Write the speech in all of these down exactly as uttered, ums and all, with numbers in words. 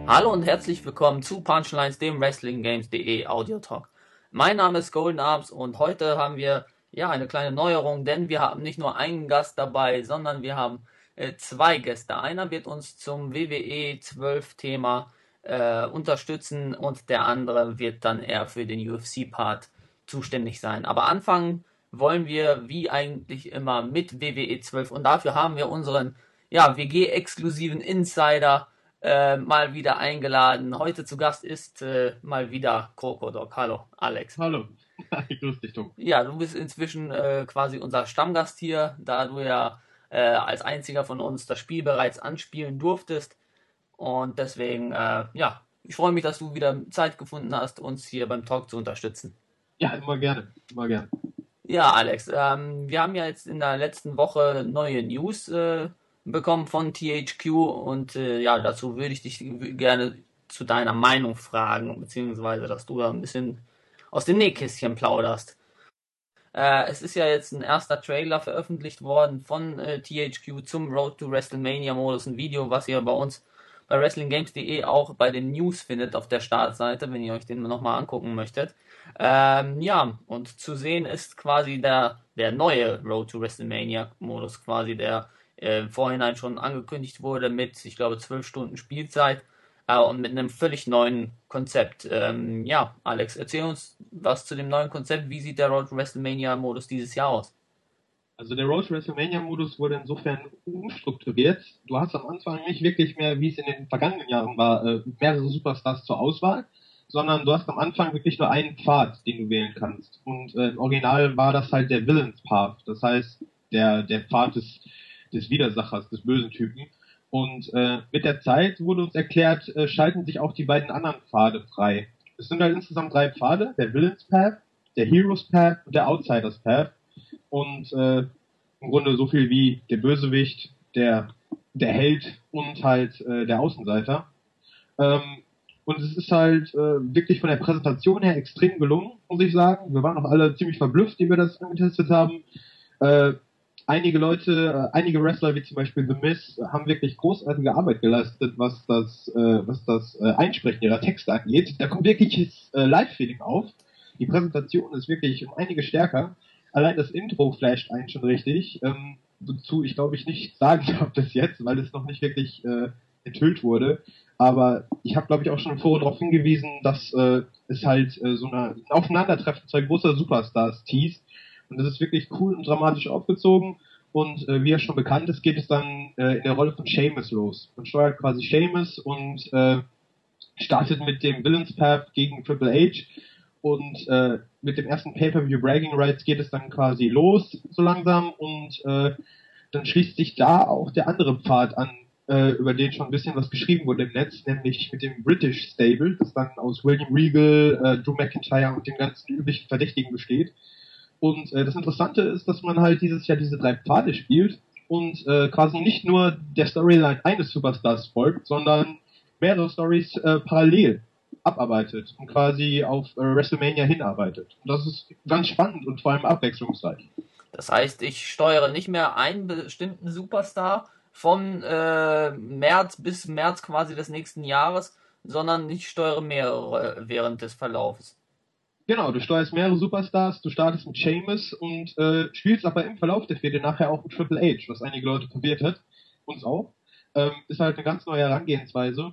Hallo und herzlich willkommen zu Punchlines, dem Wrestling Games punkt de Audio Talk. Mein Name ist Golden Arms und heute haben wir ja eine kleine Neuerung, denn wir haben nicht nur einen Gast dabei, sondern wir haben äh, zwei Gäste. Einer wird uns zum W W E zwölf Thema äh, unterstützen und der andere wird dann eher für den U F C-Part zuständig sein. Aber anfangen wollen wir wie eigentlich immer mit W W E zwölf und dafür haben wir unseren ja, W G-exklusiven Insider äh, mal wieder eingeladen. Heute zu Gast ist äh, mal wieder Krokodok. Hallo, Alex. Hallo, grüß dich, Tom. Ja, du bist inzwischen äh, quasi unser Stammgast hier, da du ja äh, als einziger von uns das Spiel bereits anspielen durftest. Und deswegen, äh, ja, ich freue mich, dass du wieder Zeit gefunden hast, uns hier beim Talk zu unterstützen. Ja, immer gerne, immer gerne. Ja, Alex, ähm, wir haben ja jetzt in der letzten Woche neue News äh, bekommen von T H Q und äh, ja, dazu würde ich dich gerne zu deiner Meinung fragen, beziehungsweise, dass du da ein bisschen aus dem Nähkästchen plauderst. Äh, es ist ja jetzt ein erster Trailer veröffentlicht worden von äh, T H Q zum Road to WrestleMania Modus, ein Video, was ihr bei uns bei Wrestling Games punkt de auch bei den News findet auf der Startseite, wenn ihr euch den nochmal angucken möchtet. Ähm, ja, und zu sehen ist quasi der, der neue Road to WrestleMania Modus, quasi der äh, im Vorhinein schon angekündigt wurde mit, ich glaube, zwölf Stunden Spielzeit äh, und mit einem völlig neuen Konzept. Ähm, ja, Alex, erzähl uns was zu dem neuen Konzept. Wie sieht der Road to WrestleMania Modus dieses Jahr aus? Also der Road to WrestleMania-Modus wurde insofern umstrukturiert. Du hast am Anfang nicht wirklich mehr, wie es in den vergangenen Jahren war, äh, mehrere Superstars zur Auswahl, sondern du hast am Anfang wirklich nur einen Pfad, den du wählen kannst. Und äh, im Original war das halt der Villains Path, das heißt der der Pfad des des Widersachers, des bösen Typen. Und äh, mit der Zeit wurde uns erklärt, äh, schalten sich auch die beiden anderen Pfade frei. Es sind halt insgesamt drei Pfade: der Villains Path, der Heroes Path und der Outsiders Path. Und äh, im Grunde so viel wie der Bösewicht, der, der Held und halt äh, der Außenseiter. Ähm, und es ist halt äh, wirklich von der Präsentation her extrem gelungen, muss ich sagen. Wir waren auch alle ziemlich verblüfft, die wir das angetestet haben. Äh, einige Leute, äh, einige Wrestler wie zum Beispiel The Miz haben wirklich großartige Arbeit geleistet, was das, äh, was das äh, Einsprechen ihrer Texte angeht. Da kommt wirkliches äh, Live-Feeling auf. Die Präsentation ist wirklich um einige stärker. Allein das Intro flasht einen schon richtig. Ähm, wozu ich glaube ich nicht sagen darf bis jetzt, weil es noch nicht wirklich äh, enthüllt wurde. Aber ich habe glaube ich auch schon im Forum darauf hingewiesen, dass äh, es halt äh, so eine, ein Aufeinandertreffen zwei großer Superstars teast. Und das ist wirklich cool und dramatisch aufgezogen. Und äh, wie ja schon bekannt ist, geht es dann äh, in der Rolle von Sheamus los. Man steuert quasi Sheamus und äh, startet mit dem Villains Path gegen Triple H. Und äh, mit dem ersten Pay-Per-View Bragging Rights geht es dann quasi los, so langsam. Und äh, dann schließt sich da auch der andere Pfad an, äh, über den schon ein bisschen was geschrieben wurde im Netz, nämlich mit dem British Stable, das dann aus William Regal, äh, Drew McIntyre und den ganzen üblichen Verdächtigen besteht. Und äh, das Interessante ist, dass man halt dieses Jahr diese drei Pfade spielt und äh, quasi nicht nur der Storyline eines Superstars folgt, sondern mehrere Stories äh, parallel abarbeitet und quasi auf äh, WrestleMania hinarbeitet. Und das ist ganz spannend und vor allem abwechslungsreich. Das heißt, ich steuere nicht mehr einen bestimmten Superstar von äh, März bis März quasi des nächsten Jahres, sondern ich steuere mehrere während des Verlaufes. Genau, du steuerst mehrere Superstars, du startest mit Sheamus und äh, spielst aber im Verlauf der Fehde nachher auch mit Triple H, was einige Leute probiert hat, uns auch. Ähm, ist halt eine ganz neue Herangehensweise.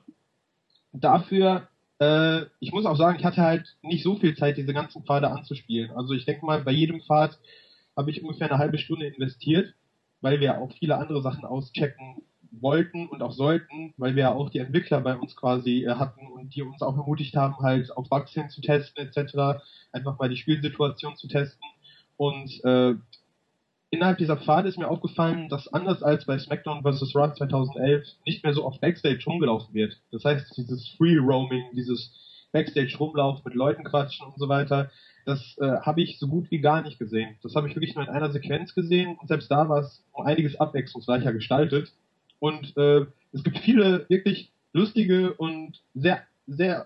Dafür, äh, ich muss auch sagen, ich hatte halt nicht so viel Zeit, diese ganzen Pfade anzuspielen. Also ich denke mal, bei jedem Pfad habe ich ungefähr eine halbe Stunde investiert, weil wir auch viele andere Sachen auschecken wollten und auch sollten, weil wir ja auch die Entwickler bei uns quasi äh, hatten und die uns auch ermutigt haben, halt auf Bugs hin zu testen et cetera, einfach mal die Spielsituation zu testen. Und äh, innerhalb dieser Pfade ist mir aufgefallen, dass anders als bei SmackDown versus. Raw zweitausendelf nicht mehr so oft Backstage rumgelaufen wird. Das heißt, dieses Free Roaming, dieses Backstage rumlaufen, mit Leuten quatschen und so weiter, das äh, habe ich so gut wie gar nicht gesehen. Das habe ich wirklich nur in einer Sequenz gesehen und selbst da war es um einiges abwechslungsreicher gestaltet. Und äh, es gibt viele wirklich lustige und sehr, sehr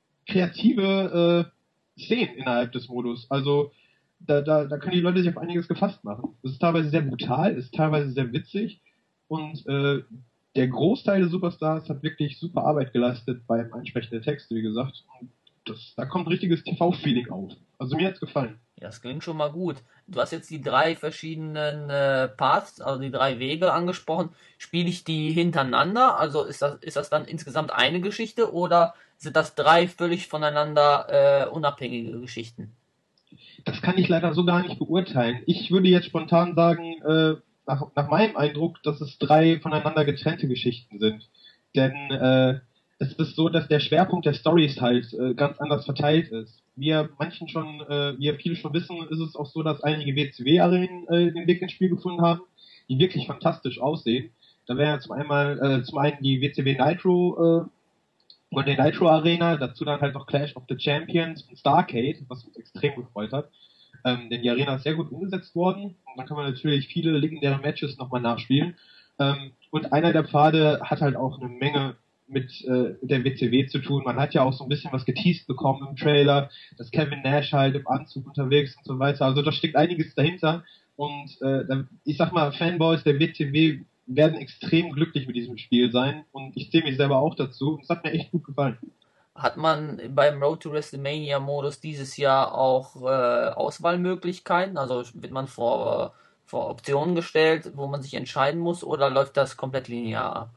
kreative äh, Szenen innerhalb des Modus. Also da, da, da können die Leute sich auf einiges gefasst machen. Es ist teilweise sehr brutal, es ist teilweise sehr witzig und äh, der Großteil der Superstars hat wirklich super Arbeit geleistet beim Einsprechen der Texte, wie gesagt. Und das, da kommt ein richtiges T V-Feeling auf. Also mir hat's gefallen. Ja, das klingt schon mal gut. Du hast jetzt die drei verschiedenen äh, Paths, also die drei Wege angesprochen. Spiele ich die hintereinander? Also ist das, ist das dann insgesamt eine Geschichte oder sind das drei völlig voneinander äh, unabhängige Geschichten? Das kann ich leider so gar nicht beurteilen. Ich würde jetzt spontan sagen, äh, nach, nach meinem Eindruck, dass es drei voneinander getrennte Geschichten sind. Denn äh, es ist so, dass der Schwerpunkt der Stories halt äh, ganz anders verteilt ist. Wie ja manchen schon, äh, wie ja viele schon wissen, ist es auch so, dass einige W C W-Arenen äh, den Weg ins Spiel gefunden haben, die wirklich fantastisch aussehen. Da wäre ja zum einmal äh, zum einen die W C W Nitro äh, und die Nitro Arena, dazu dann halt noch Clash of the Champions und Starcade, was uns extrem gefreut hat. Ähm, denn die Arena ist sehr gut umgesetzt worden. Und dann kann man natürlich viele legendäre Matches nochmal nachspielen. Ähm, und einer der Pfade hat halt auch eine Menge mit äh, der W C W zu tun. Man hat ja auch so ein bisschen was geteased bekommen im Trailer, dass Kevin Nash halt im Anzug unterwegs und so weiter. Also da steckt einiges dahinter. Und äh, ich sag mal, Fanboys der W C W werden extrem glücklich mit diesem Spiel sein. Und ich zähle mich selber auch dazu. Und es hat mir echt gut gefallen. Hat man beim Road to WrestleMania Modus dieses Jahr auch äh, Auswahlmöglichkeiten? Also wird man vor, vor Optionen gestellt, wo man sich entscheiden muss, oder läuft das komplett linear ab?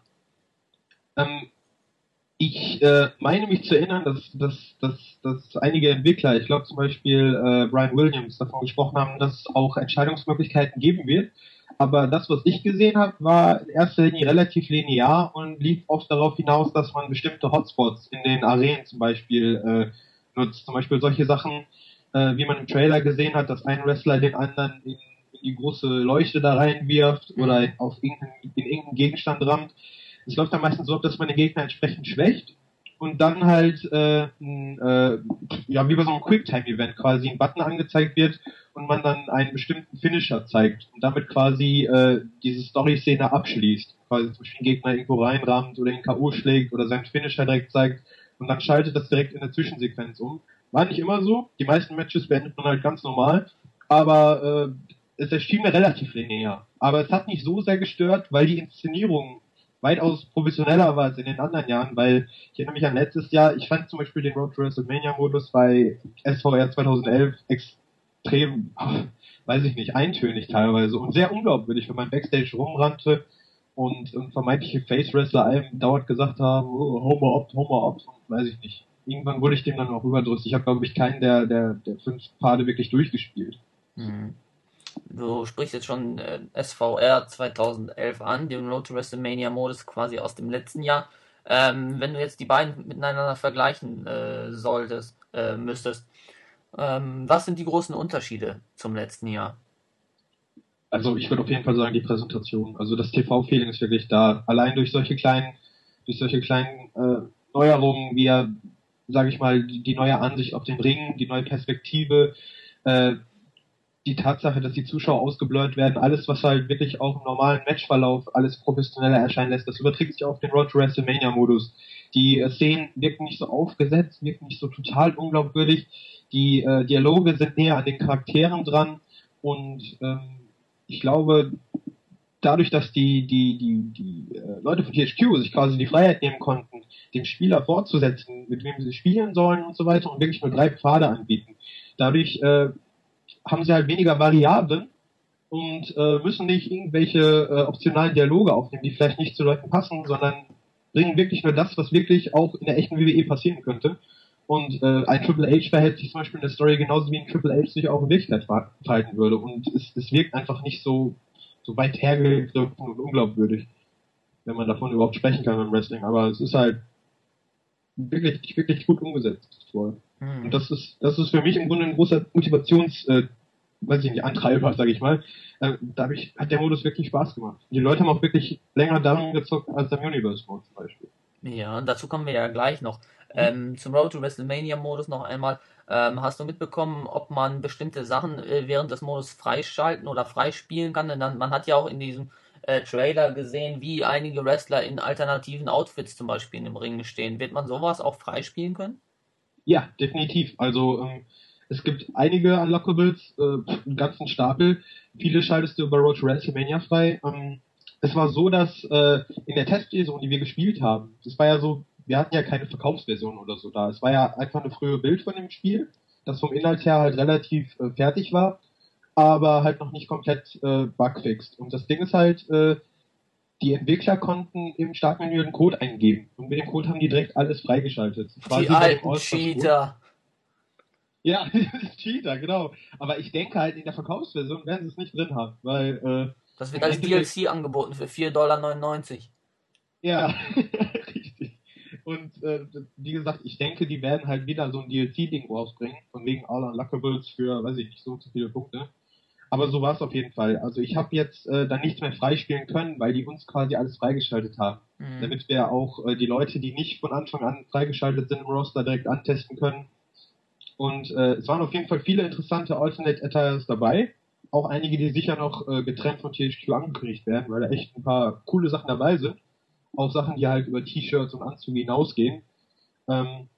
Ähm, Ich äh, meine mich zu erinnern, dass, dass, dass, dass einige Entwickler, ich glaube zum Beispiel äh, Brian Williams, davon gesprochen haben, dass es auch Entscheidungsmöglichkeiten geben wird. Aber das, was ich gesehen habe, war in erster Linie relativ linear und lief oft darauf hinaus, dass man bestimmte Hotspots in den Arenen zum Beispiel äh, nutzt. Zum Beispiel solche Sachen, äh, wie man im Trailer gesehen hat, dass ein Wrestler den anderen in, in die große Leuchte da reinwirft oder auf irgendeinen, in irgendeinen Gegenstand rammt. Es läuft dann meistens so ab, dass man den Gegner entsprechend schwächt und dann halt äh, ein, äh, ja wie bei so einem Quicktime-Event quasi ein Button angezeigt wird und man dann einen bestimmten Finisher zeigt und damit quasi äh, diese Story-Szene abschließt. Quasi zum Beispiel den Gegner irgendwo reinrammt oder ihn K O schlägt oder seinen Finisher direkt zeigt und dann schaltet das direkt in der Zwischensequenz um. War nicht immer so. Die meisten Matches beendet man halt ganz normal, aber äh, es erschien mir relativ linear. Aber es hat nicht so sehr gestört, weil die Inszenierung weitaus professioneller war als in den anderen Jahren, weil ich erinnere mich an letztes Jahr, ich fand zum Beispiel den Road to WrestleMania Modus bei S V R zwanzig elf extrem, ach, weiß ich nicht, eintönig teilweise und sehr unglaubwürdig, wenn man Backstage rumrannte und, und vermeintliche Face-Wrestler einem dauernd gesagt haben, oh, Homer opt, Homer opt, weiß ich nicht. Irgendwann wurde ich dem dann auch überdrüssig. Ich habe, glaube ich, keinen der, der, der fünf Pfade wirklich durchgespielt. Hm. Du sprichst jetzt schon äh, S V R zwanzig elf an, den Road to WrestleMania Modus quasi aus dem letzten Jahr. Ähm, wenn du jetzt die beiden miteinander vergleichen äh, solltest, äh, müsstest, ähm, was sind die großen Unterschiede zum letzten Jahr? Also ich würde auf jeden Fall sagen, die Präsentation. Also das T V-Feeling ist wirklich da. Allein durch solche kleinen, durch solche kleinen äh, Neuerungen, wie ja, sage ich mal, die, die neue Ansicht auf den Ring, die neue Perspektive, äh, die Tatsache, dass die Zuschauer ausgeblurrt werden, alles, was halt wirklich auch im normalen Matchverlauf alles professioneller erscheinen lässt, das überträgt sich auf den Road to WrestleMania-Modus. Die äh, Szenen wirken nicht so aufgesetzt, wirken nicht so total unglaubwürdig. Die äh, Dialoge sind näher an den Charakteren dran und ähm, ich glaube, dadurch, dass die, die, die, die äh, Leute von T H Q sich quasi die Freiheit nehmen konnten, den Spieler fortzusetzen, mit wem sie spielen sollen und so weiter und wirklich nur drei Pfade anbieten. Dadurch äh, haben sie halt weniger Variablen und äh, müssen nicht irgendwelche äh, optionalen Dialoge aufnehmen, die vielleicht nicht zu Leuten passen, sondern bringen wirklich nur das, was wirklich auch in der echten W W E passieren könnte. Und äh, ein Triple H verhält sich zum Beispiel in der Story genauso wie ein Triple H sich auch in Wirklichkeit verhalten würde. Und es, es wirkt einfach nicht so, so weit hergegriffen und unglaubwürdig, wenn man davon überhaupt sprechen kann beim Wrestling. Aber es ist halt wirklich, wirklich gut umgesetzt worden. Und Hm. das ist, das ist für mich im Grunde ein großer Motivations, äh, weiß ich nicht, Antreiber, sage ich mal. Äh, dadurch hat der Modus wirklich Spaß gemacht. Die Leute haben auch wirklich länger daran gezockt als am Universe Mode zum Beispiel. Ja, dazu kommen wir ja gleich noch. Mhm. Ähm, zum Road to WrestleMania Modus noch einmal. Ähm, hast du mitbekommen, ob man bestimmte Sachen äh, während des Modus freischalten oder freispielen kann? Denn dann, man hat ja auch in diesem äh, Trailer gesehen, wie einige Wrestler in alternativen Outfits zum Beispiel in dem Ring stehen. Wird man sowas auch freispielen können? Ja, definitiv. Also ähm, es gibt einige Unlockables, äh, einen ganzen Stapel. Viele schaltest du über Road to WrestleMania frei. Ähm, es war so, dass äh, in der Testversion, die wir gespielt haben, das war ja so, wir hatten ja keine Verkaufsversion oder so da. Es war ja einfach eine frühe Bild von dem Spiel, das vom Inhalt her halt relativ äh, fertig war, aber halt noch nicht komplett äh, bugfixed. Und das Ding ist halt, äh, die Entwickler konnten im Startmenü einen Code eingeben. Und mit dem Code haben die direkt alles freigeschaltet. Die alten Cheater. Ja, Cheater, genau. Aber ich denke halt, in der Verkaufsversion werden sie es nicht drin haben, weil... Äh, das wird als D L C angeboten für vier Dollar neunundneunzig. Ja, richtig. Und äh, wie gesagt, ich denke, die werden halt wieder so ein D L C-Ding rausbringen, von wegen All Unlockables für, weiß ich nicht, so zu viele Punkte. Aber so war es auf jeden Fall. Also ich habe jetzt äh, dann nichts mehr freispielen können, weil die uns quasi alles freigeschaltet haben. Mhm. Damit wir auch äh, die Leute, die nicht von Anfang an freigeschaltet sind im Roster, direkt antesten können. Und äh, es waren auf jeden Fall viele interessante Alternate Attires dabei. Auch einige, die sicher noch äh, getrennt von T H Q angekündigt werden, weil da echt ein paar coole Sachen dabei sind. Auch Sachen, die halt über T-Shirts und Anzüge hinausgehen. Ähm,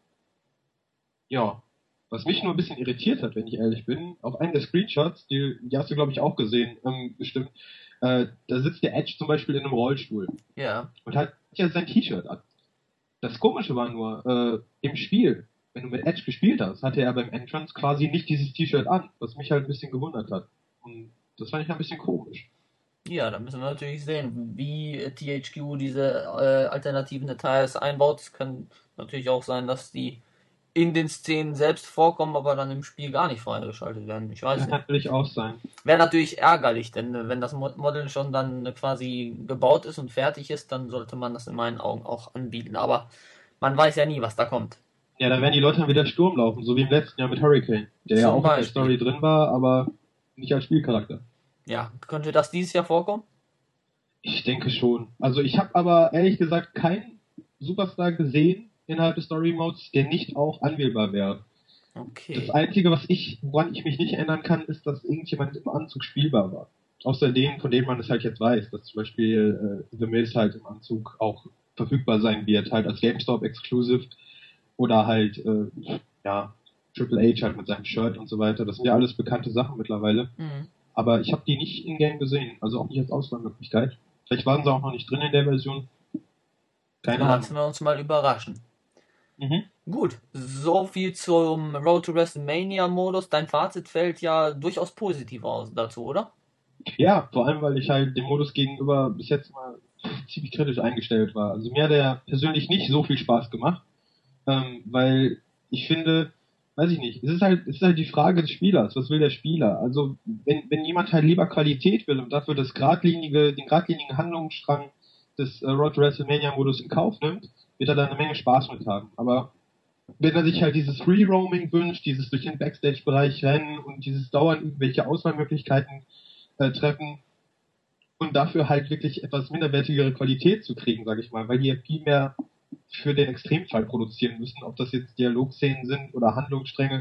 ja, was mich nur ein bisschen irritiert hat, wenn ich ehrlich bin, auf einem der Screenshots, die, die hast du glaube ich auch gesehen, ähm, bestimmt, äh, da sitzt der Edge zum Beispiel in einem Rollstuhl. Ja. Und hat ja sein T-Shirt an. Das Komische war nur, äh, im Spiel, wenn du mit Edge gespielt hast, hatte er beim Entrance quasi nicht dieses T-Shirt an, was mich halt ein bisschen gewundert hat. Und das fand ich ein bisschen komisch. Ja, da müssen wir natürlich sehen, wie T H Q diese äh, alternativen Details einbaut. Es kann natürlich auch sein, dass die in den Szenen selbst vorkommen, aber dann im Spiel gar nicht freigeschaltet werden. Ich weiß das nicht. Kann natürlich auch sein. Wäre natürlich ärgerlich, denn wenn das Model schon dann quasi gebaut ist und fertig ist, dann sollte man das in meinen Augen auch anbieten. Aber man weiß ja nie, was da kommt. Ja, da werden die Leute dann wieder Sturm laufen, so wie im letzten Jahr mit Hurricane, der Zum ja auch Beispiel. in der Story drin war, aber nicht als Spielcharakter. Ja, könnte das dieses Jahr vorkommen? Ich denke schon. Also ich habe aber ehrlich gesagt keinen Superstar gesehen innerhalb des Story Modes, der nicht auch anwählbar wäre. Okay. Das Einzige, was ich, woran ich mich nicht erinnern kann, ist, dass irgendjemand im Anzug spielbar war. Außer denen, von denen man es halt jetzt weiß, dass zum Beispiel äh, The Miz halt im Anzug auch verfügbar sein wird, halt als GameStop Exclusive oder halt äh, ja Triple H halt mit seinem Shirt und so weiter. Das sind ja alles bekannte Sachen mittlerweile. Mhm. Aber ich habe die nicht in-game gesehen, also auch nicht als Auswahlmöglichkeit. Vielleicht waren sie auch noch nicht drin in der Version. Keine Ahnung. Lassen wir uns mal überraschen. Mhm. Gut, so viel zum Road to WrestleMania-Modus. Dein Fazit fällt ja durchaus positiv aus dazu, oder? Ja, vor allem, weil ich halt dem Modus gegenüber bis jetzt mal ziemlich kritisch eingestellt war. Also mir hat er persönlich nicht so viel Spaß gemacht, ähm, weil ich finde, weiß ich nicht, es ist halt, es ist halt die Frage des Spielers, was will der Spieler? Also wenn, wenn jemand halt lieber Qualität will und dafür das geradlinige, den geradlinigen Handlungsstrang des äh, Road to WrestleMania-Modus in Kauf nimmt, wird er da eine Menge Spaß mit haben. Aber wenn er sich halt dieses Free Roaming wünscht, dieses durch den Backstage-Bereich rennen und dieses dauernd irgendwelche Auswahlmöglichkeiten äh, treffen und dafür halt wirklich etwas minderwertigere Qualität zu kriegen, sage ich mal, weil die ja viel mehr für den Extremfall produzieren müssen, ob das jetzt Dialogszenen sind oder Handlungsstränge,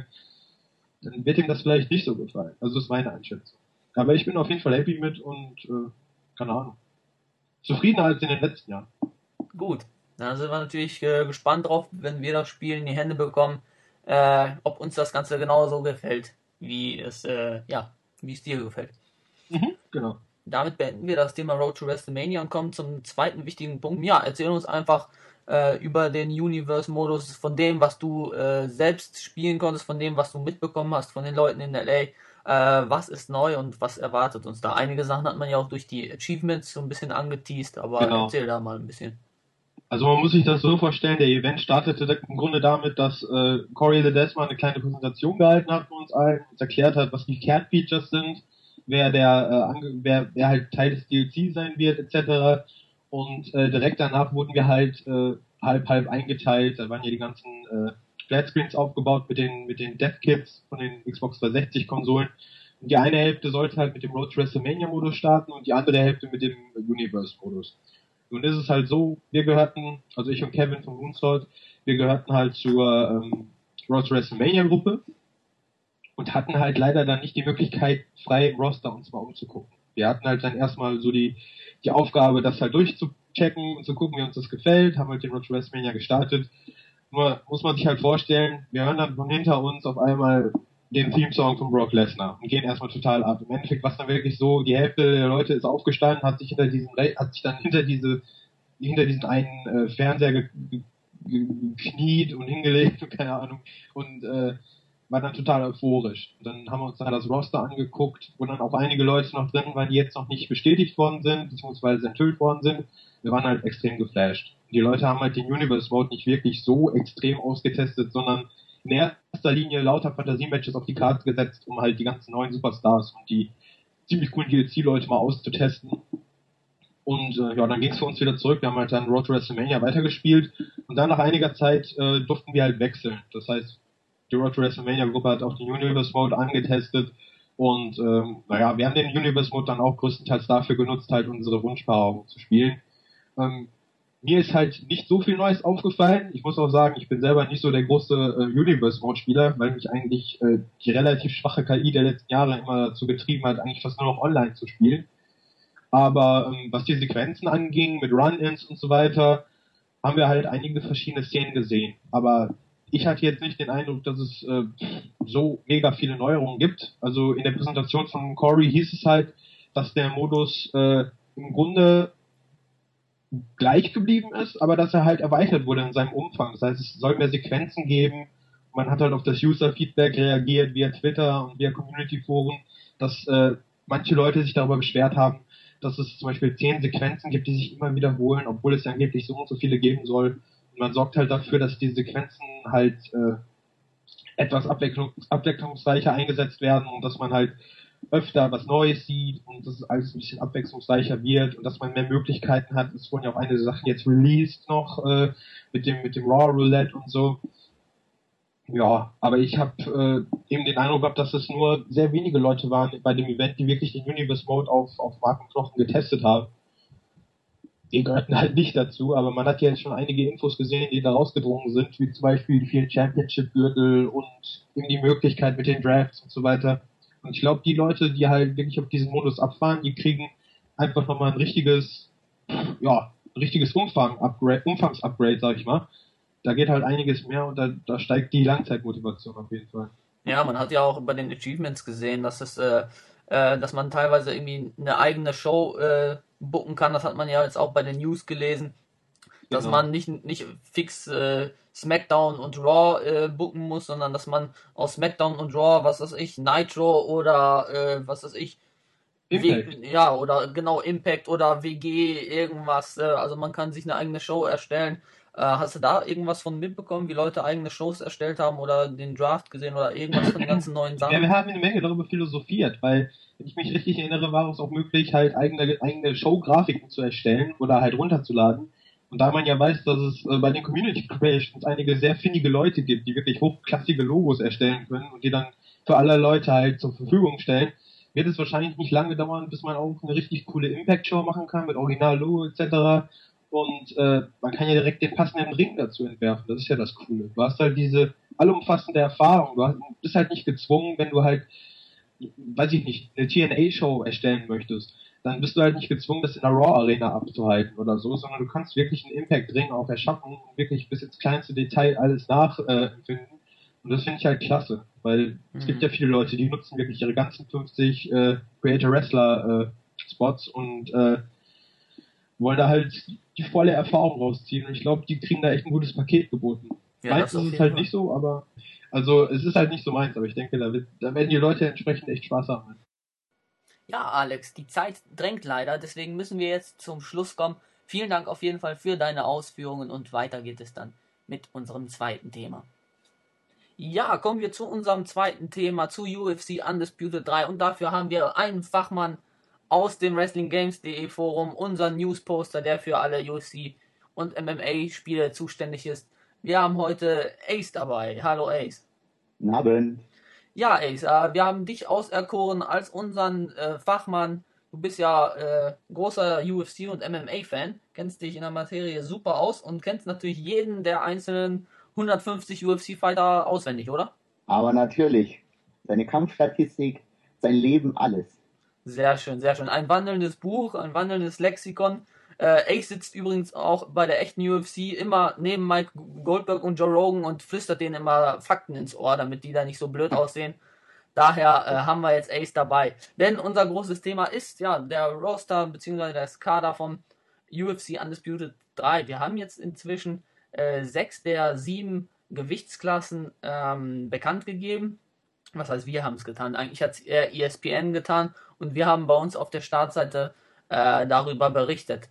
dann wird ihm das vielleicht nicht so gefallen. Also das ist meine Einschätzung. Aber ich bin auf jeden Fall happy mit und äh, keine Ahnung. Zufriedener als in den letzten Jahren. Gut. Dann sind wir natürlich äh, gespannt drauf, wenn wir das Spiel in die Hände bekommen, äh, ob uns das Ganze genauso gefällt, wie es, äh, ja, wie es dir gefällt. Mhm, genau. Damit beenden wir das Thema Road to WrestleMania und kommen zum zweiten wichtigen Punkt. Ja, erzähl uns einfach äh, über den Universe-Modus, von dem, was du äh, selbst spielen konntest, von dem, was du mitbekommen hast, von den Leuten in L A. Äh, was ist neu und was erwartet uns da? Einige Sachen hat man ja auch durch die Achievements so ein bisschen angeteased, aber genau. Erzähl da mal ein bisschen. Also man muss sich das so vorstellen, der Event startete im Grunde damit, dass äh, Corey Ledesma eine kleine Präsentation gehalten hat für uns allen, uns erklärt hat, was die Kernfeatures sind, wer der äh, wer, wer halt Teil des D L C sein wird, et cetera. Und äh, direkt danach wurden wir halt äh, halb halb eingeteilt. Da waren ja die ganzen äh, Flatscreens aufgebaut mit den mit den Death Kits von den Xbox dreihundertsechzig Konsolen. Und die eine Hälfte sollte halt mit dem Road to WrestleMania Modus starten und die andere Hälfte mit dem Universe Modus. Nun ist es halt so, wir gehörten, also ich und Kevin von Moonsault, wir gehörten halt zur ähm, Road to WrestleMania Gruppe und hatten halt leider dann nicht die Möglichkeit, frei im Roster uns mal umzugucken. Wir hatten halt dann erstmal so die die Aufgabe, das halt durchzuchecken und zu gucken, wie uns das gefällt, haben halt den Road to WrestleMania gestartet. Nur muss man sich halt vorstellen, wir hören dann von hinter uns auf einmal den Theme-Song von Brock Lesnar und gehen erstmal total ab. Im Endeffekt war es dann wirklich so, die Hälfte der Leute ist aufgestanden, hat sich hinter diesen, hat sich dann hinter diese, hinter diesen einen äh, Fernseher ge, ge, gekniet und hingelegt und keine Ahnung und äh, war dann total euphorisch. Und dann haben wir uns da das Roster angeguckt, wo dann auch einige Leute noch drin waren, die jetzt noch nicht bestätigt worden sind, beziehungsweise enthüllt worden sind. Wir waren halt extrem geflasht. Die Leute haben halt den Universe Mode nicht wirklich so extrem ausgetestet, sondern in erster Linie lauter Fantasie-Matches auf die Karte gesetzt, um halt die ganzen neuen Superstars und die ziemlich coolen D L C-Leute mal auszutesten. Und äh, ja, dann ging es für uns wieder zurück. Wir haben halt dann Road to WrestleMania weitergespielt und dann nach einiger Zeit äh, durften wir halt wechseln. Das heißt, die Road to WrestleMania-Gruppe hat auch den Universe Mode angetestet und ähm, naja, wir haben den Universe Mode dann auch größtenteils dafür genutzt, halt unsere Wunschpaarung zu spielen. Ähm, mir ist halt nicht so viel Neues aufgefallen. Ich muss auch sagen, ich bin selber nicht so der große äh, Universe-Mode-Spieler, weil mich eigentlich äh, die relativ schwache K I der letzten Jahre immer dazu getrieben hat, eigentlich fast nur noch online zu spielen. Aber ähm, was die Sequenzen anging, mit Run-Ins und so weiter, haben wir halt einige verschiedene Szenen gesehen. Aber ich hatte jetzt nicht den Eindruck, dass es äh, so mega viele Neuerungen gibt. Also in der Präsentation von Corey hieß es halt, dass der Modus äh, im Grunde gleich geblieben ist, aber dass er halt erweitert wurde in seinem Umfang. Das heißt, es soll mehr Sequenzen geben. Man hat halt auf das User-Feedback reagiert via Twitter und via Community-Foren, dass äh, manche Leute sich darüber beschwert haben, dass es zum Beispiel zehn Sequenzen gibt, die sich immer wiederholen, obwohl es ja angeblich so und so viele geben soll. Und man sorgt halt dafür, dass die Sequenzen halt äh, etwas abwechslungs abwechslungsreicher eingesetzt werden und dass man halt öfter was Neues sieht und dass es alles ein bisschen abwechslungsreicher wird und dass man mehr Möglichkeiten hat. Es wurden ja auch einige Sachen jetzt released noch äh, mit dem mit dem Raw Roulette und so. Ja, aber ich habe äh, eben den Eindruck gehabt, dass es nur sehr wenige Leute waren bei dem Event, die wirklich den Universe Mode auf auf Mark und Knochen getestet haben. Wir gehörten halt nicht dazu, aber man hat ja jetzt schon einige Infos gesehen, die da rausgedrungen sind, wie zum Beispiel die vielen Championship-Gürtel und eben die Möglichkeit mit den Drafts und so weiter. Und ich glaube, die Leute, die halt wirklich auf diesen Modus abfahren, die kriegen einfach nochmal ein richtiges, ja, ein richtiges Umfang-Upgrade, Umfangs-Upgrade, sag ich mal. Da geht halt einiges mehr und da, da steigt die Langzeitmotivation auf jeden Fall. Ja, man hat ja auch bei den Achievements gesehen, dass es, äh, äh, dass man teilweise irgendwie eine eigene Show äh, booken kann. Das hat man ja jetzt auch bei den News gelesen, dass Genau. man nicht, nicht fix äh, SmackDown und Raw äh, booken muss, sondern dass man aus SmackDown und Raw, was weiß ich, Nitro oder äh, was weiß ich, Impact. W, ja, oder genau Impact oder W G, irgendwas. Äh, also man kann sich eine eigene Show erstellen. Äh, hast du da irgendwas von mitbekommen, wie Leute eigene Shows erstellt haben oder den Draft gesehen oder irgendwas von den ganzen neuen Ja, wir Sachen? haben eine Menge darüber philosophiert, weil, wenn ich mich richtig erinnere, war es auch möglich, halt eigene, eigene Show-Grafiken zu erstellen oder halt runterzuladen. Und da man ja weiß, dass es äh, bei den Community Creations einige sehr findige Leute gibt, die wirklich hochklassige Logos erstellen können und die dann für alle Leute halt zur Verfügung stellen, wird es wahrscheinlich nicht lange dauern, bis man auch eine richtig coole Impact-Show machen kann mit Original-Logo et cetera. Und äh, man kann ja direkt den passenden Ring dazu entwerfen. Das ist ja das Coole. Du hast halt diese allumfassende Erfahrung. Du hast, bist halt nicht gezwungen, wenn du halt, weiß ich nicht, eine T N A-Show erstellen möchtest, dann bist du halt nicht gezwungen, das in der Raw-Arena abzuhalten oder so, sondern du kannst wirklich einen Impact-Ring auch erschaffen und wirklich bis ins kleinste Detail alles nachempfinden. Äh, und das finde ich halt klasse, weil es gibt ja viele Leute, die nutzen wirklich ihre ganzen fünfzig äh, Creator Wrestler äh, Spots und äh, wollen da halt die volle Erfahrung rausziehen. Und ich glaube, die kriegen da echt ein gutes Paket geboten. Ja, Meins das ist auf es jeden halt Fall. nicht so, aber also es ist halt nicht so meins, aber ich denke, da, wird, da werden die Leute entsprechend echt Spaß haben. Ja, Alex, die Zeit drängt leider, deswegen müssen wir jetzt zum Schluss kommen. Vielen Dank auf jeden Fall für deine Ausführungen und weiter geht es dann mit unserem zweiten Thema. Ja, kommen wir zu unserem zweiten Thema, zu U F C Undisputed drei und dafür haben wir einen Fachmann aus dem Wrestling Games Punkt de Forum, unseren Newsposter, der für alle U F C und M M A-Spiele zuständig ist. Wir haben heute Ace dabei. Hallo Ace. Guten Abend. Ja, Ace, äh, wir haben dich auserkoren als unseren äh, Fachmann. Du bist ja äh, großer U F C und M M A-Fan, kennst dich in der Materie super aus und kennst natürlich jeden der einzelnen hundertfünfzig U F C-Fighter auswendig, oder? Aber natürlich, seine Kampfstatistik, sein Leben, alles. Sehr schön, sehr schön. Ein wandelndes Buch, ein wandelndes Lexikon. Äh, Ace sitzt übrigens auch bei der echten U F C immer neben Mike Goldberg und Joe Rogan und flüstert denen immer Fakten ins Ohr, damit die da nicht so blöd aussehen. Daher äh, haben wir jetzt Ace dabei. Denn unser großes Thema ist ja der Roster bzw. das Kader vom U F C Undisputed drei. Wir haben jetzt inzwischen äh, sechs der sieben Gewichtsklassen ähm, bekannt gegeben. Was heißt, wir haben es getan? Eigentlich hat es eher E S P N getan und wir haben bei uns auf der Startseite äh, darüber berichtet.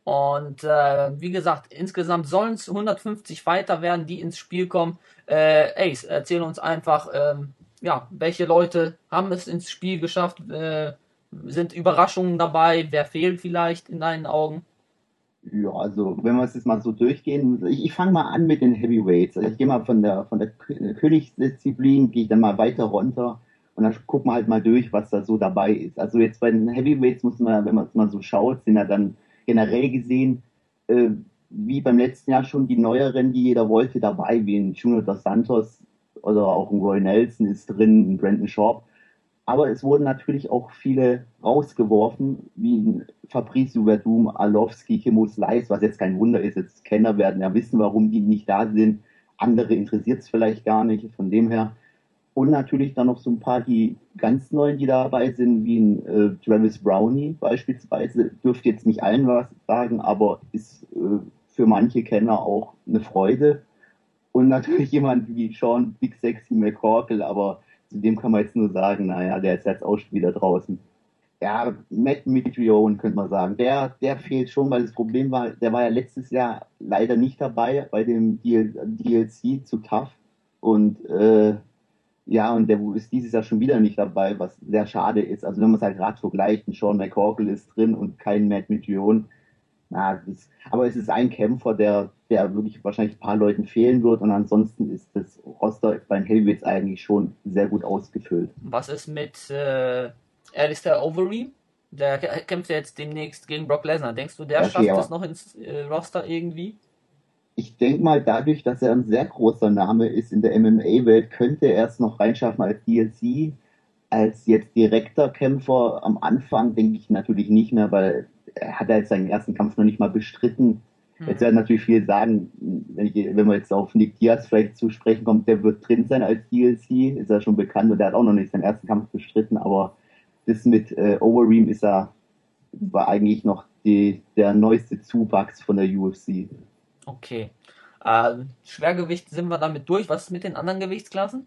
Und äh, wie gesagt, insgesamt sollen es hundertfünfzig Fighter werden, die ins Spiel kommen. Äh, Ace, erzähl uns einfach, ähm, ja, welche Leute haben es ins Spiel geschafft? Äh, sind Überraschungen dabei? Wer fehlt vielleicht in deinen Augen? Ja, also wenn wir es jetzt mal so durchgehen, ich, ich fange mal an mit den Heavyweights. Also ich gehe mal von der von der Kö- Königsdisziplin, gehe ich dann mal weiter runter und dann gucken wir halt mal durch, was da so dabei ist. Also jetzt bei den Heavyweights muss man, wenn man es mal so schaut, sind ja dann generell gesehen, äh, wie beim letzten Jahr schon die neueren, die jeder wollte, dabei, wie ein Junior dos Santos oder auch ein Roy Nelson ist drin, ein Brandon Sharp. Aber es wurden natürlich auch viele rausgeworfen, wie Fabrice Verdum, Arlovski, Kimmo Slice, was jetzt kein Wunder ist. Jetzt Kenner werden ja wissen, warum die nicht da sind. Andere interessiert es vielleicht gar nicht, von dem her. Und natürlich dann noch so ein paar, die ganz neuen, die dabei sind, wie ein äh, Travis Brownie beispielsweise. Dürfte jetzt nicht allen was sagen, aber ist äh, für manche Kenner auch eine Freude. Und natürlich jemand wie Sean Big Sexy McCorkle, aber zu dem kann man jetzt nur sagen, naja, der ist jetzt auch schon wieder draußen. Ja, Matt Mitrione könnte man sagen. Der, der fehlt schon, weil das Problem war, der war ja letztes Jahr leider nicht dabei bei dem D L C zu Tough. Und äh, ja, und der ist dieses Jahr schon wieder nicht dabei, was sehr schade ist. Also wenn man es halt gerade vergleicht, ein Sean McCorkle ist drin und kein Matt Mitrione. Na, das, aber es ist ein Kämpfer, der, der wirklich wahrscheinlich ein paar Leuten fehlen wird und ansonsten ist das Roster beim Heavyweights eigentlich schon sehr gut ausgefüllt. Was ist mit äh, Alistair Overeem? Der kämpft ja jetzt demnächst gegen Brock Lesnar. Denkst du, der Ja, okay, schafft es aber noch ins äh, Roster irgendwie? ich denke mal, dadurch, dass er ein sehr großer Name ist in der M M A-Welt, könnte er es noch reinschaffen als D L C. Als jetzt direkter Kämpfer am Anfang denke ich natürlich nicht mehr, weil er hat ja jetzt seinen ersten Kampf noch nicht mal bestritten. Jetzt Mhm. werden natürlich viele sagen, wenn, ich, wenn man jetzt auf Nick Diaz vielleicht zu sprechen kommt, der wird drin sein als D L C, ist ja schon bekannt und der hat auch noch nicht seinen ersten Kampf bestritten, aber das mit äh, Overeem ist er, war eigentlich noch die, der neueste Zuwachs von der U F C. Okay. Äh, Schwergewicht sind wir damit durch. Was ist mit den anderen Gewichtsklassen?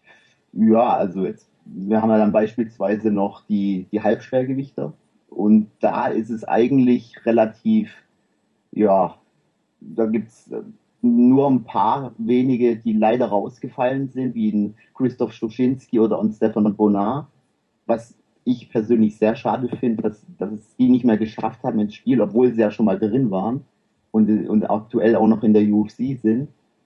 Ja, also jetzt, wir haben ja dann beispielsweise noch die, die Halbschwergewichter und da ist es eigentlich relativ, ja, da gibt's äh, nur ein paar wenige, die leider rausgefallen sind, wie ein Christoph Stoschinski oder ein Stefan Bonar, was ich persönlich sehr schade finde, dass, dass es die nicht mehr geschafft haben ins Spiel, obwohl sie ja schon mal drin waren und, und aktuell auch noch in der U F C sind.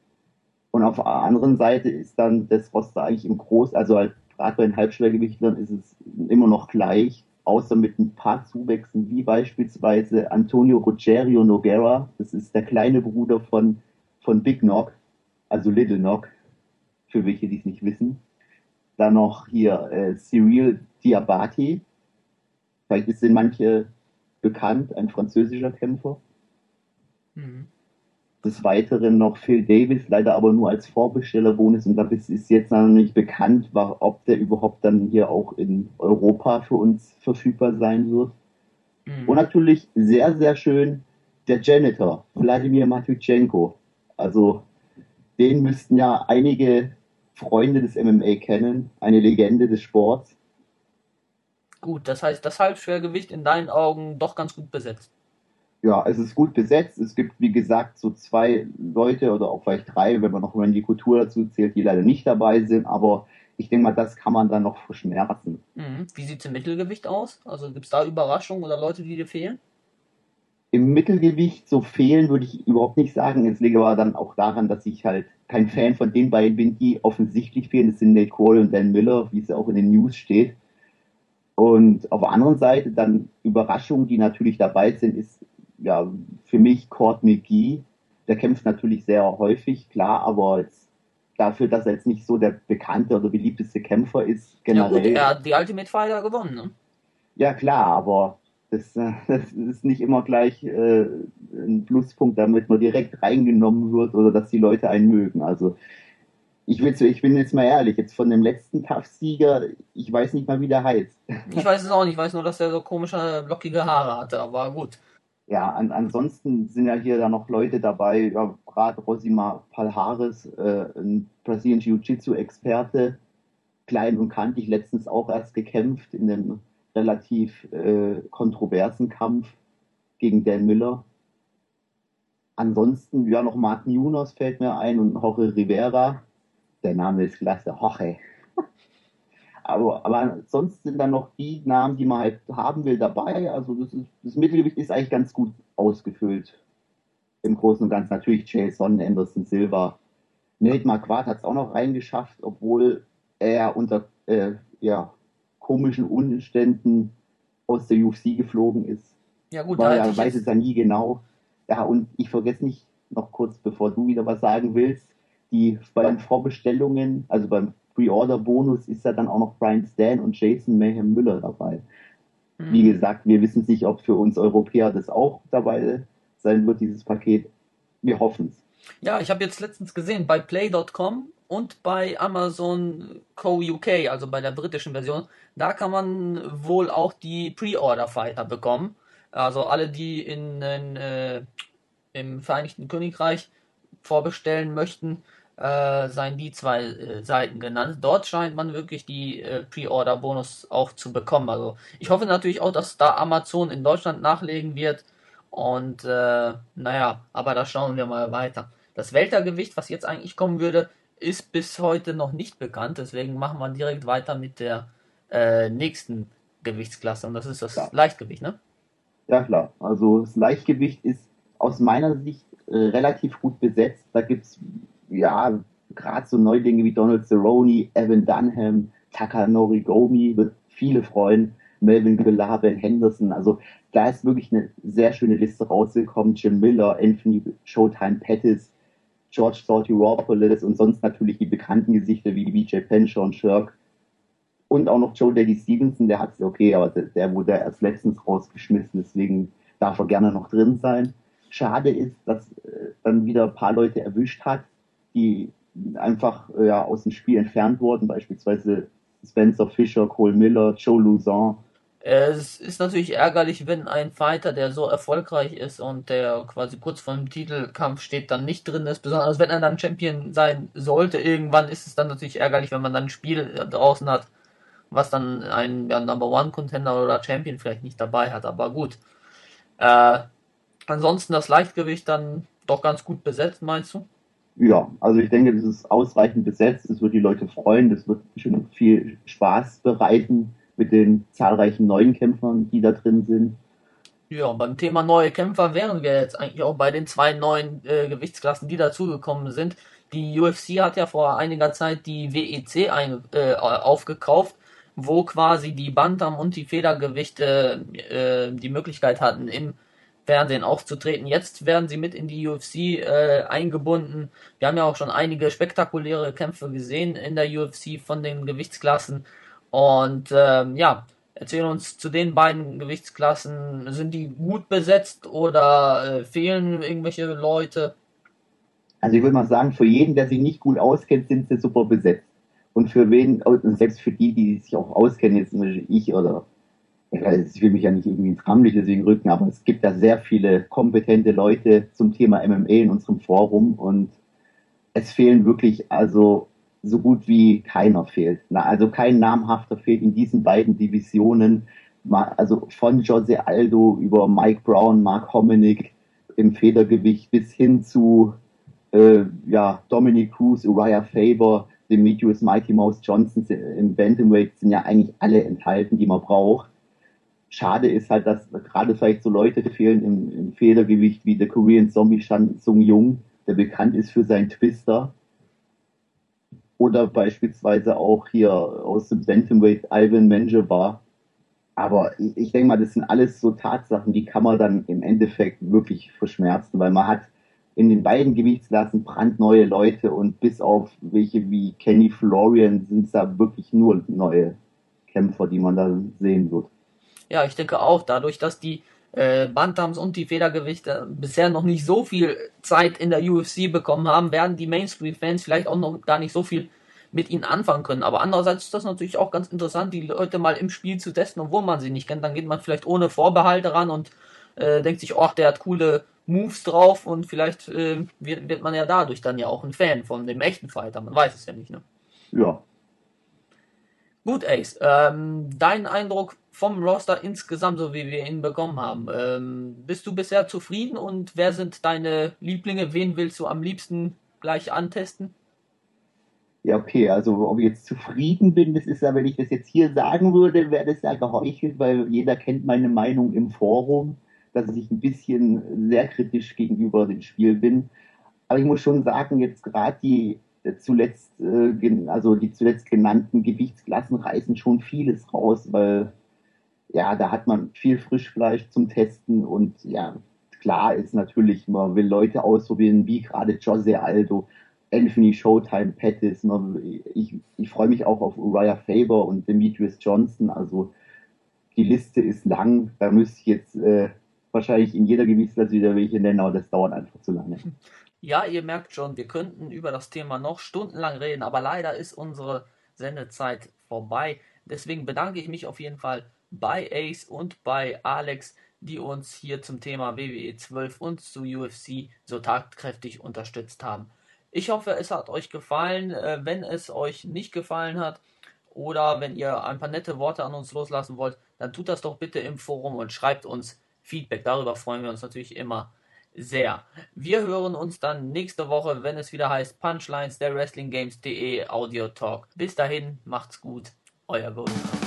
Und auf der anderen Seite ist dann das Roster eigentlich im Groß, also halt gerade bei den Halbschwergewichtlern ist es immer noch gleich, außer mit ein paar Zuwächsen, wie beispielsweise Antonio Ruggiero Nogueira, das ist der kleine Bruder von, von Big Nog, also Little Nog, für welche, die es nicht wissen. Dann noch hier äh, Cyril Diabati, vielleicht sind manche bekannt, ein französischer Kämpfer. Mhm. Des Weiteren noch Phil Davis, leider aber nur als Vorbestellerbonus und da ist jetzt noch nicht bekannt, ob der überhaupt dann hier auch in Europa für uns verfügbar sein wird. Und Mhm. natürlich sehr, sehr schön der Janitor, Wladimir Matwychenko. Also den müssten ja einige Freunde des M M A kennen, eine Legende des Sports. Gut, das heißt, das Halbschwergewicht in deinen Augen doch ganz gut besetzt. Ja, es ist gut besetzt. Es gibt, wie gesagt, so zwei Leute oder auch vielleicht drei, wenn man noch mal die Kultur dazu zählt, die leider nicht dabei sind. Aber ich denke mal, das kann man dann noch verschmerzen. Mhm. Wie sieht es im Mittelgewicht aus? Also gibt es da Überraschungen oder Leute, die dir fehlen? Im Mittelgewicht so fehlen würde ich überhaupt nicht sagen. Es liegt aber dann auch daran, dass ich halt kein Fan von den beiden bin, die offensichtlich fehlen. Das sind Nate Cole und Dan Miller, wie es ja auch in den News steht. Und auf der anderen Seite dann Überraschungen, die natürlich dabei sind, ist ja für mich Court McGee. Der kämpft natürlich sehr häufig, klar, aber jetzt dafür, dass er jetzt nicht so der bekannte oder beliebteste Kämpfer ist, Ja gut, er generell, hat die Ultimate Fighter gewonnen, ne? ja klar, aber das, äh, das ist nicht immer gleich äh, ein Pluspunkt, damit man direkt reingenommen wird oder dass die Leute einen mögen. Also Ich, will, ich bin jetzt mal ehrlich, jetzt von dem letzten Tough-Sieger, ich weiß nicht mal, wie der heißt. Ich weiß es auch nicht, ich weiß nur, dass er so komische, lockige Haare hatte, aber gut. Ja, an, ansonsten sind ja hier da noch Leute dabei, ja, gerade Rosima Palhares, äh, ein Brazilian Jiu-Jitsu-Experte, klein und kantig, letztens auch erst gekämpft in einem relativ äh, kontroversen Kampf gegen Dan Miller. Ansonsten, ja, noch Mark Munoz fällt mir ein und Jorge Rivera. Der Name ist klasse, Jorge. Aber, aber sonst sind dann noch die Namen, die man halt haben will, dabei. Also das, ist, das Mittelgewicht ist eigentlich ganz gut ausgefüllt. Im Großen und Ganzen natürlich Jason, Anderson Silva. Nate Marquardt hat es auch noch reingeschafft, obwohl er unter äh, ja, komischen Umständen aus der U F C geflogen ist. Ja gut, da War hätte ja, ich weiß es jetzt, ja nie genau. Ja, und ich vergesse nicht, noch kurz bevor du wieder was sagen willst, die bei den Vorbestellungen, also beim Pre-Order-Bonus ist ja dann auch noch Brian Stan und Jason Mayhem Müller dabei. Wie hm, gesagt, wir wissen nicht, ob für uns Europäer das auch dabei sein wird, dieses Paket. Wir hoffen es. ja, ich habe jetzt letztens gesehen, bei Play Punkt com und bei Amazon Co. U K, also bei der britischen Version, da kann man wohl auch die Pre-Order-Fighter bekommen. Also alle, die in, in äh, im Vereinigten Königreich vorbestellen möchten, äh, seien die zwei äh, Seiten genannt. Dort scheint man wirklich die äh, Pre-Order-Bonus auch zu bekommen. Also ich hoffe natürlich auch, dass da Amazon in Deutschland nachlegen wird. Und äh, naja, aber da schauen wir mal weiter. Das Weltergewicht, was jetzt eigentlich kommen würde, ist bis heute noch nicht bekannt. Deswegen machen wir direkt weiter mit der äh, nächsten Gewichtsklasse. Und das ist das Ja. Leichtgewicht, ne? Ja, klar. Also das Leichtgewicht ist aus meiner Sicht äh, relativ gut besetzt. Da gibt's ja gerade so Neulinge wie Donald Cerrone, Evan Dunham, Takanori Gomi, wird viele freuen, Melvin Guillard, Ben Henderson. Also da ist wirklich eine sehr schöne Liste rausgekommen. Jim Miller, Anthony Showtime Pettis, George Sortiopolis und sonst natürlich die bekannten Gesichter wie Vijay Penshaw und Shirk. Und auch noch Joe Daddy Stevenson, der hat es okay, aber der, der wurde erst letztens rausgeschmissen, deswegen darf er gerne noch drin sein. Schade ist, dass äh, dann wieder ein paar Leute erwischt hat, die einfach äh, ja, aus dem Spiel entfernt wurden, beispielsweise Spencer Fisher, Cole Miller, Joe Luzon. Es ist natürlich ärgerlich, wenn ein Fighter, der so erfolgreich ist und der quasi kurz vor dem Titelkampf steht, dann nicht drin ist. Besonders wenn er dann Champion sein sollte. Irgendwann ist es dann natürlich ärgerlich, wenn man dann ein Spiel draußen hat, was dann ein ja, Number One Contender oder Champion vielleicht nicht dabei hat. Aber gut. Äh, ansonsten das Leichtgewicht dann doch ganz gut besetzt, meinst du? Ja, also ich denke, das ist ausreichend besetzt, es wird die Leute freuen, das wird schon viel Spaß bereiten mit den zahlreichen neuen Kämpfern, die da drin sind. Ja, beim Thema neue Kämpfer wären wir jetzt eigentlich auch bei den zwei neuen äh, Gewichtsklassen, die dazugekommen sind. Die U F C hat ja vor einiger Zeit die W E C ein, äh, aufgekauft, wo quasi die Bantam- und die Federgewichte äh, die Möglichkeit hatten, im Fernsehen aufzutreten. Jetzt werden sie mit in die U F C äh, eingebunden. Wir haben ja auch schon einige spektakuläre Kämpfe gesehen in der U F C von den Gewichtsklassen. Und ähm, ja, erzähl uns zu den beiden Gewichtsklassen. Sind die gut besetzt oder äh, fehlen irgendwelche Leute? Also ich würde mal sagen, für jeden, der sich nicht gut auskennt, sind sie super besetzt. Und für wen, und selbst für die, die sich auch auskennen, jetzt zum Beispiel ich oder, ich will mich ja nicht irgendwie ins Rampenlicht deswegen rücken, aber es gibt da sehr viele kompetente Leute zum Thema M M A in unserem Forum und es fehlen wirklich, also so gut wie keiner fehlt. Na, also kein namhafter fehlt in diesen beiden Divisionen. Also von Jose Aldo über Mike Brown, Mark Hominick im Federgewicht bis hin zu äh, ja, Dominic Cruz, Uriah Faber, Demetrius Mighty Mouse Johnson im Bantamweight sind ja eigentlich alle enthalten, die man braucht. Schade ist halt, dass gerade vielleicht so Leute fehlen im, im Federgewicht wie der Korean Zombie Shan Sung Jung, der bekannt ist für seinen Twister. Oder beispielsweise auch hier aus dem Bantamweight Ivan Menjivar. Aber ich, ich denke mal, das sind alles so Tatsachen, die kann man dann im Endeffekt wirklich verschmerzen, weil man hat in den beiden Gewichtsklassen brandneue Leute und bis auf welche wie Kenny Florian sind es da wirklich nur neue Kämpfer, die man da sehen wird. Ja, ich denke auch, dadurch, dass die äh, Bantams und die Federgewichte bisher noch nicht so viel Zeit in der U F C bekommen haben, werden die Mainstream-Fans vielleicht auch noch gar nicht so viel mit ihnen anfangen können. Aber andererseits ist das natürlich auch ganz interessant, die Leute mal im Spiel zu testen, obwohl man sie nicht kennt. Dann geht man vielleicht ohne Vorbehalte ran und äh, denkt sich, ach, der hat coole Moves drauf und vielleicht äh, wird, wird man ja dadurch dann ja auch ein Fan von dem echten Fighter. Man weiß es ja nicht, ne? Ja. Gut, Ace, ähm, dein Eindruck vom Roster insgesamt, so wie wir ihn bekommen haben. Ähm, bist du bisher zufrieden und wer sind deine Lieblinge? Wen willst du am liebsten gleich antesten? Ja, okay, also ob ich jetzt zufrieden bin, das ist ja, wenn ich das jetzt hier sagen würde, wäre das ja geheuchelt, weil jeder kennt meine Meinung im Forum, dass ich ein bisschen sehr kritisch gegenüber dem Spiel bin. Aber ich muss schon sagen, jetzt gerade die äh, zuletzt, äh, gen- also die zuletzt genannten Gewichtsklassen reißen schon vieles raus, weil ja, da hat man viel Frischfleisch zum Testen und ja, klar ist natürlich, man will Leute ausprobieren, wie gerade Jose Aldo, Anthony Showtime Pettis. Man, ich, ich freue mich auch auf Uriah Faber und Demetrius Johnson. Also die Liste ist lang. Da müsste ich jetzt äh, wahrscheinlich in jeder Gewichtsklasse wieder welche nennen, aber das dauert einfach zu lange. Ja, ihr merkt schon, wir könnten über das Thema noch stundenlang reden, aber leider ist unsere Sendezeit vorbei. Deswegen bedanke ich mich auf jeden Fall bei Ace und bei Alex, die uns hier zum Thema W W E zwölf und zu U F C so tatkräftig unterstützt haben. Ich hoffe, es hat euch gefallen. Äh, Wenn es euch nicht gefallen hat oder wenn ihr ein paar nette Worte an uns loslassen wollt, dann tut das doch bitte im Forum und schreibt uns Feedback. Darüber freuen wir uns natürlich immer sehr. Wir hören uns dann nächste Woche, wenn es wieder heißt Punchlines der Wrestling Games punkt de Audio Talk. Bis dahin, macht's gut, euer Golden.